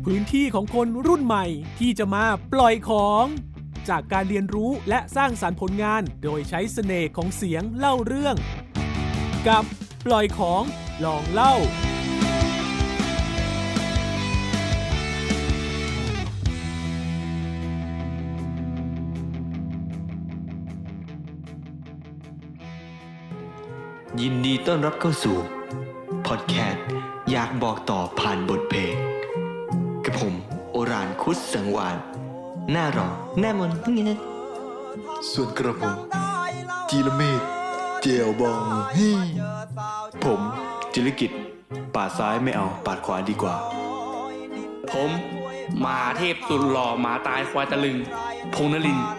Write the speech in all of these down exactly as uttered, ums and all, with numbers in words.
พื้นที่ของคนรุ่นใหม่ที่จะมาปล่อยของจากการเรียนรู้และสร้างสรรค์ผลงานโดยใช้เสน่ห์ของเสียงเล่าเรื่องกับปล่อยของลองเล่ายินดีต้อนรับเข้าสู่พอดแคสต์อยากบอกต่อผ่านบทเพลงกับผมโอรานคุดสังวานหน้ารอหน้ามนเงี้ยส่วนกระผมจีรเมธเจียวบองฮี่ผมจิรกิจปาดซ้ายไม่เอาปาดขวาดีกว่าผมมหาเทพสุดหล่อหมาตายควายตะลึงพงษ์นรินทร์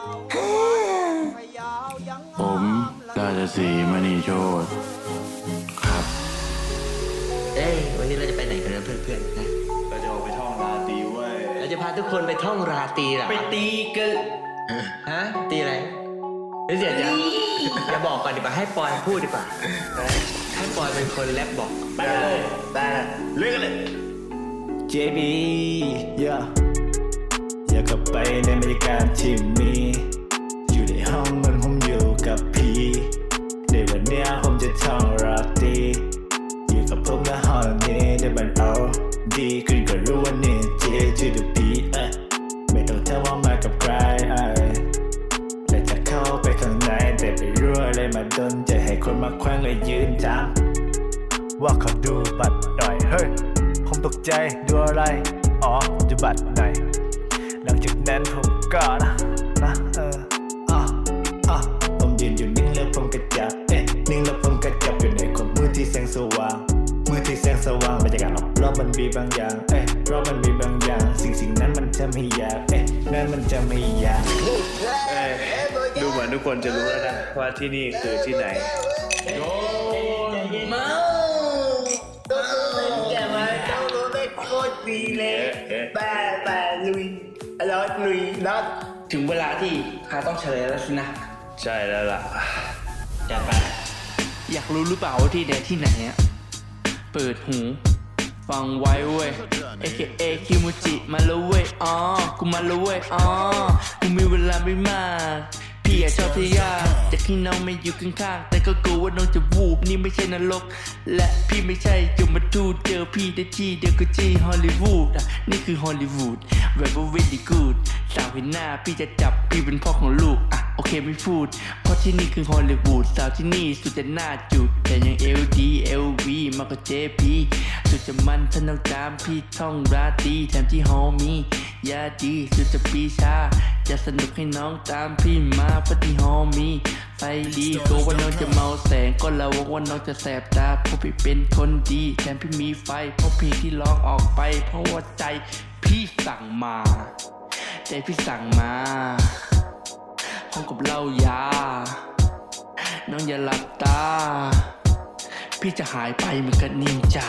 ผมราชสีห์มณีโชติครับเอ้ยวันนี้เราจะไปไหนกันนะเพื่อนๆนะเราจะออกไปท่องราตรีเว้ยเราจะพาทุกคนไปท่องราตรีเหรอไปตีกันฮะตีอะไรเดี๋ยวจะจะบอกก่อนดีกว่าให้ปอยพูดดีกว่าให้ปอยเป็นคนแรปบอกไปเลยไปเรื่องกันเลยเจ บี อย่าอย่าเข้าไปในบรรยากาศที่มีอยู่ในห้องมันผมอยู่กับพี่ในวันนี้ผมจะท่องราตรีอยู่กับผมในห้องนี้ได้บันเอาดีคุณก็รู้ว่านี่ J to the B เอ้ยไม่ต้องถามว่ามากับใครเอ้ยแต่จะเข้าไปข้างในแต่ไม่รู้อะไรมาดนจะให้คนมาแขว้งเลยยืนถามว่าเขาดูบัตรหน่อยเฮ้ยผมตกใจดูอะไรอ๋อดูบัตรหน่อยหลังจากนั้นผมก็นะนะเอออ่ะอ่ะผมยืนอยู่นิ่งแล้วผมก็จับเอ๊ะนิ่งแล้วผมก็จับอยู่ในความมืดที่แสงสว่างมืดที่แสงสว่างบรรยากาศรอบๆมันมีบางอย่างเอ๊ะรอบมันมีบางอย่างสิ่งสิ่งนั้นมันจะไม่อยากเอ๊ะนั่นมันจะไม่อยากเอ้ยดูเหมือนทุกคนจะรู้แล้วนะว่าที่นี่คือที่ไหนโอ้เมาตัวรู้แก่มาเจ้ารู้ได้โคตรดีเลยแป่แป่ลุยรอดลุยรอดถึงเวลาที่ข้าต้องเฉลยแล้วสินะใช่แล้วล่ะจัดไปอยากรู้หรือเปล่าว่าที่ไหนที่ไหนอ่ะเปิดหูฟังไว้เว้ย เอ เค เอ คิมูจิมาแล้วเว้ยอ๋อกูมาแล้วเว้ยอ๋อกูมีเวลาไม่มากพี่อยากชอบที่ยากแต่ที่น้องไม่อยู่ข้างๆแต่ก็กลัวว่าน้องจะวูบนี่ไม่ใช่นรกและพี่ไม่ใช่ยมทูตเจอพี่ได้ที่เดียวก็ที่ฮอลลีวูดนี่คือฮอลลีวูดแบบว่า very good สาวเห็นหน้าพี่จะจับพี่เป็นพ่อของลูกอ่ะโอเคไม่พูดเพราะที่นี่คือฮอลลีวูดสาวที่นี่สุดจะน่าจุดแต่ยัง เอล ดี แอล วี มากกว่า เจ พี สุดจะมันถ้าน้องตามพี่ท่องราตรีแถมที่ฮอมียาดีสุดจะปีชาจะสนุกให้น้องตามพี่มาเพราะที่ฮอมีไฟดีกลัวว่าน้องจะเมาแสงก็ระวังว่าน้องจะแสบตาเพราะพี่เป็นคนดีแถมพี่มีไฟเพราะพี่ที่ร้องออกไปเพราะว่าใจพี่สั่งมาใจพี่สั่งมาห้องกับเหล้ายาน้องอย่าหลับตาพี่จะหายไปเหมือนกับนินจา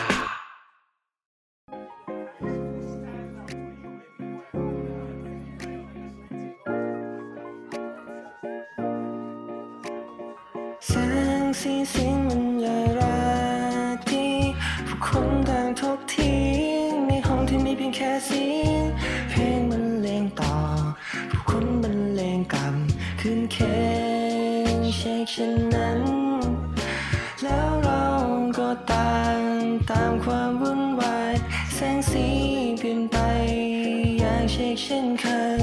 แสงสีเสียงมันยาราตรีผู้คนต่างทบทิ้งในห้องที่มีเพียงแค่เสียงเพลงบรรเลงต่อผู้คนบรรเลงกำคืนเคงเช็คเช่นนั้นแล้วเราก็ต่างตามความวุ่นวายแสงสีเปลี่ยนไปอย่างเช็คเช่นเคย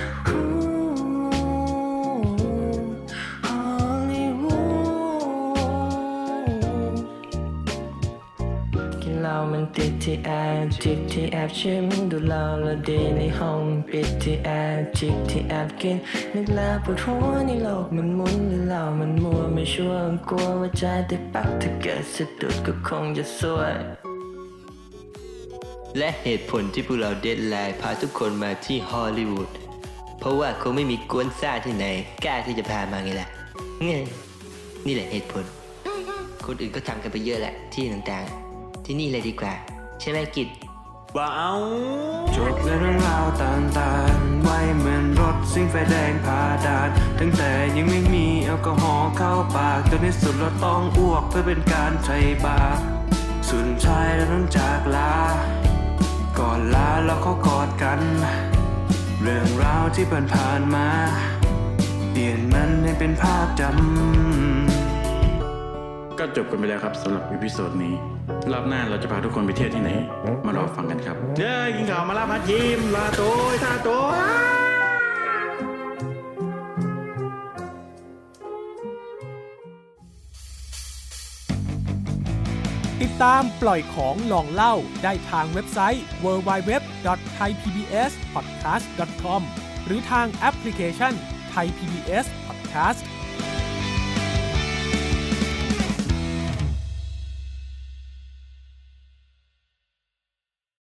เรามันติดที่แอร์จิกที่แอบชิมดูเราและดีในห้องปิดที่แอร์จิกที่แอบกินนึกแล้วปวดหัวในโลกมันหมุนหรือเรามันมัวไม่ชัวร์กลัวว่าใจได้ปักถ้าเกิดสะดุดก็คงจะสวยและเหตุผลที่พวกเราเดดไลน์พาทุกคนมาที่ฮอลลีวูดเพราะว่าคงไม่มีกวนซ่าที่ไหนกล้าที่จะพามาไงล่ะเงี้ยนี่แหละเหตุผลคนอื่นก็ทำกันไปเยอะแหละที่ต่างๆที่นี่เลยดีกว่าใช่ไหมกิจว้าวจดและเรื่องราวต่างๆไว้เหมือนรถซิ่งไฟแดงผ่าด่านตั้งแต่ยังไม่มีแอลกอฮอล์เข้าปากจนในสุดเราต้องอ้วกเพื่อเป็นการไถ่บาปสุดท้ายเราต้องจากลาก่อนลาเรากันเรื่องราวที่ผ่านผ่านมาเปลี่ยนมันให้เป็นภาพจำก็จบกันไปแล้วครับสำหรับอีพิโซดนี้รอบหน้าเราจะพาทุกคนไปเที่ยวที่ไหนมารอฟังกันครับเย้กินข้าวมาลาพัดยิ้มลาโต้ยท่าโต้ติดตามปล่อยของลองเล่าได้ทางเว็บไซต์ ดับเบิลยู ดับเบิลยู ดับเบิลยู ดอท ไทย พี บี เอส พอดแคสต์ ดอท คอม หรือทางแอปพลิเคชัน Thai พี บี เอส Podcast